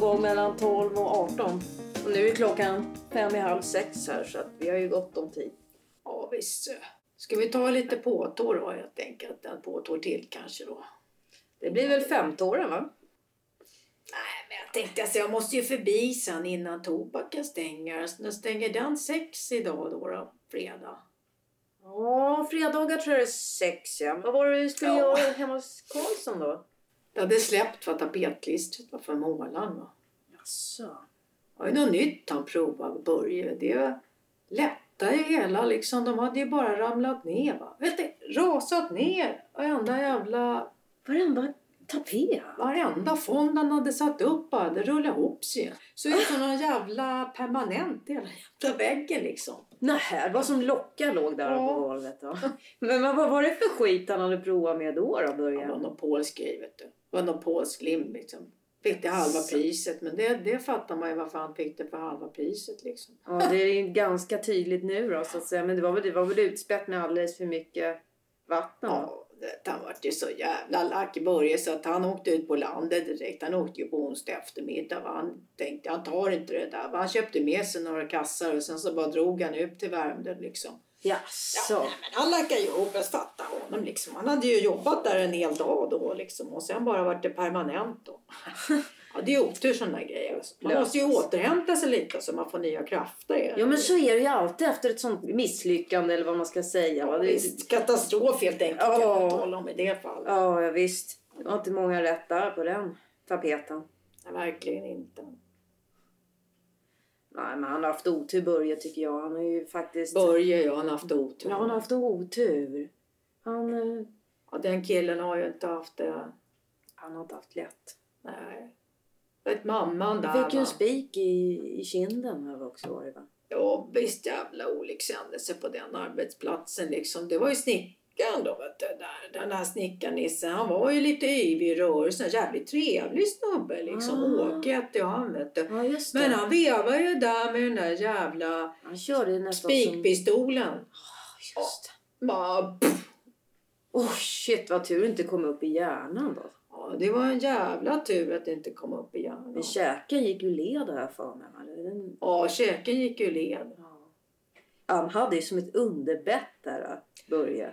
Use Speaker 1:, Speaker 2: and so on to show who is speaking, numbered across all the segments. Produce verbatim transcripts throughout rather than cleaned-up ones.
Speaker 1: gång mellan tolv och arton. Och nu är klockan fem i halv sex här så att vi har ju gått om tid.
Speaker 2: Ja visst. Ska vi ta lite påtår då? Jag tänker att en påtår till kanske då.
Speaker 1: Det blir väl femtåren va?
Speaker 2: Nej men jag tänkte alltså jag måste ju förbi sen innan tobaken stänger. Så när stänger den sex idag då då? Fredag.
Speaker 1: Ja, fredagar tror jag det är sex ja. Vad var det du skulle ja. göra hemma hos Karlsson då?
Speaker 2: Jag hade släppt för tapetklistret var för målan va.
Speaker 1: Jaså.
Speaker 2: Det var något nytt han provade Börje. Det lättade hela liksom. De hade ju bara ramlat ner va. Vet du, rasat ner. Varenda jävla...
Speaker 1: Varenda tapet.
Speaker 2: Varenda fond han hade satt upp bara. Det rullade ihop sig. Så ut som någon jävla permanent hela jävla väggen liksom.
Speaker 1: Nej, vad som lockar låg där ja. på golvet då. Men vad var det för skit han hade provat med då då Börje?
Speaker 2: Det var någon polsk grej vet du. Det var någon polsk lim liksom. Fick det halva priset. Men det, det fattar man ju varför han fick det för halva priset liksom.
Speaker 1: Ja, det är ganska tydligt nu då så att säga. Men det var väl, det var väl utspätt med alldeles för mycket vatten
Speaker 2: ja, det, han var ju så jävla lack i början så att han åkte ut på landet direkt. Han åkte ju på onsdag eftermiddag. Han tänkte, han tar inte det där. Han köpte med sig några kassar och sen så bara drog han upp till Värmdö liksom.
Speaker 1: Jaså.
Speaker 2: Ja, men han lackade ju ihop, jag fattar honom liksom. Han hade ju jobbat där en hel dag då liksom. Och sen bara varit det permanent då. Ja, det är otur sådana där grejer. Alltså. Man måste ju återhämta sig lite så man får nya krafter.
Speaker 1: Ja men så är det ju alltid efter ett sånt misslyckande eller vad man ska säga.
Speaker 2: Ja, det är katastrof helt enkelt ja. kan man tala om i det fallet.
Speaker 1: Ja, ja visst. Det var inte många rätt där på den tapeten.
Speaker 2: Nej, verkligen inte.
Speaker 1: Nej, men han har haft otur Börje tycker jag. Han har ju faktiskt...
Speaker 2: Börje, ja han har haft otur.
Speaker 1: Ja, han har haft otur. Han...
Speaker 2: Ja, den killen har ju inte haft det.
Speaker 1: Han har inte haft lätt.
Speaker 2: Nej. Vet mamman där
Speaker 1: han fick ju en
Speaker 2: va?
Speaker 1: spik i, i kinden här också var det va?
Speaker 2: Ja, visst jävla olyckshändelse på den arbetsplatsen liksom. Det var ju snickaren då vet du. Där, den här snickarnissen. Han var ju lite yvig i rörelsen. Jävligt trevlig snubbe liksom. Ah. Åket ja han vet du.
Speaker 1: Ja, just det.
Speaker 2: Men han vevar ju där med den där jävla
Speaker 1: han körde nästan
Speaker 2: spikpistolen.
Speaker 1: Som... Oh, just det.
Speaker 2: Bara...
Speaker 1: Åh oh, shit vad tur inte kom upp i hjärnan då.
Speaker 2: Ja, det var en jävla tur att det inte kom upp i hjärnan.
Speaker 1: Men käken gick ju led här för mig. Den...
Speaker 2: Ja, käken gick ju led.
Speaker 1: Ja. Han hade ju som ett underbett där Börje.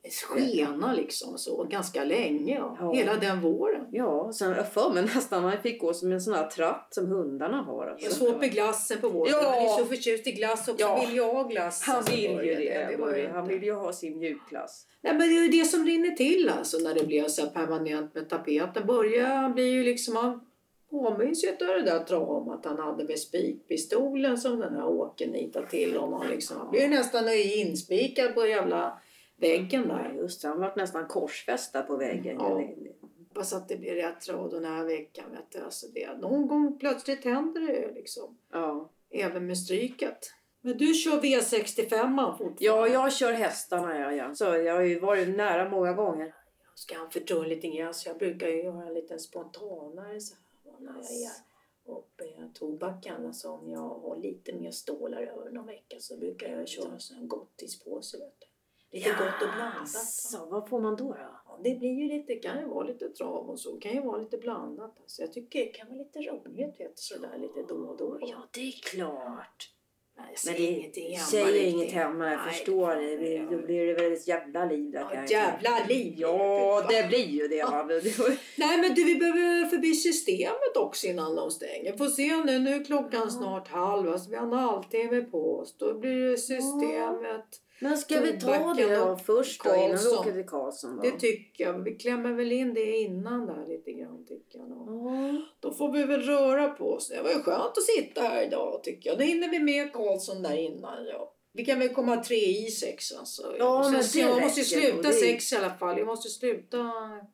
Speaker 2: Skena liksom så ganska länge. Ja. Ja. Hela den våren.
Speaker 1: Ja, sen jag för mig nästan han fick gå som en sån här tratt som hundarna har. Alltså.
Speaker 2: Jag såg med glassen på våren.
Speaker 1: Ja.
Speaker 2: Han är så förtjust i glass också. Ja. Vill jag ha glass?
Speaker 1: Han vill ju det.
Speaker 2: det, det, det
Speaker 1: han vill ju ha sin mjukglass.
Speaker 2: Nej, men det är ju det som rinner till alltså när det blir så här permanent med tapeten. Börjar blir ju liksom han påminns ju av det där traumat han hade med spikpistolen som den här åken nitade till honom liksom. Han blir ju nästan inspikad på jävla väggen där.
Speaker 1: Just det, han var nästan korsfästa på väggen.
Speaker 2: Ja. Hoppas att det blir rätt råd den här veckan vet du. Alltså det, någon gång plötsligt händer det liksom.
Speaker 1: Ja.
Speaker 2: Även med stryket. Men du kör V sextiofem fortfarande?
Speaker 1: Ja, jag kör hästarna ja, ja. Så jag har ju varit nära många gånger.
Speaker 2: Ska han förtro lite grann så jag brukar ju göra en liten spontanare så här. När jag är uppe i tobaken. Alltså om jag har lite mer stålar över någon vecka så brukar jag köra sån här gottispåse vet du. Lite ja, gott och blandat.
Speaker 1: Så vad får man då då?
Speaker 2: Ja, det blir ju lite, kan ju vara lite trav och så. Kan ju vara lite blandat. Alltså, jag tycker det kan vara lite roligt vet du, sådär lite då och då.
Speaker 1: Ja, det är klart.
Speaker 2: Nej, jag säger men det ingenting hemma.
Speaker 1: Säger inget hemma, jag nej, förstår det. det. Då blir det väl ett jävla liv där.
Speaker 2: Ja, jävla liv.
Speaker 1: Ja, det blir ju det. Va?
Speaker 2: Nej, men du, vi behöver förbi systemet också innan de stänger. Får se nu, nu är klockan ja. snart halv. Alltså, vi har en halvtimme på oss. Då blir det systemet. Ja.
Speaker 1: Men ska vi ta det då först då innan vi åker till Karlsson då?
Speaker 2: Det tycker jag. Vi klämmer väl in det innan där lite grann tycker jag. Mm. Då får vi väl röra på oss. Det var ju skönt att sitta här idag tycker jag. Då hinner vi med Karlsson där innan. Ja. Vi kan väl komma tre i sex alltså.
Speaker 1: Ja, men det
Speaker 2: jag måste sluta
Speaker 1: det...
Speaker 2: sex i alla fall. Jag måste sluta...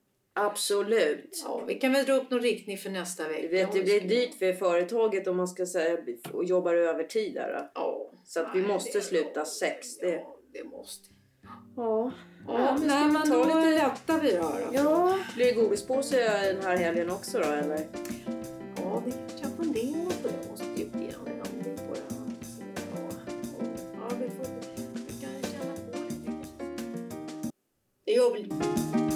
Speaker 1: Absolut.
Speaker 2: Ja, vi kan väl dra upp någon riktning för nästa vecka.
Speaker 1: Du vet, det blir dyrt för företaget om man ska säga och jobbar övertid där.
Speaker 2: Ja.
Speaker 1: Så att vi nej, måste sluta sex. Det...
Speaker 2: Ja, det måste.
Speaker 1: Ja.
Speaker 2: Ja, ja men, nej, men då lite lätta vi har.
Speaker 1: Ja, blir det godispåse den här helgen också då eller?
Speaker 2: Ja, vi kan fundera på det. Måste ju bli en namn på det. Ja, vi får vi kan känna på lite. Det gör vi.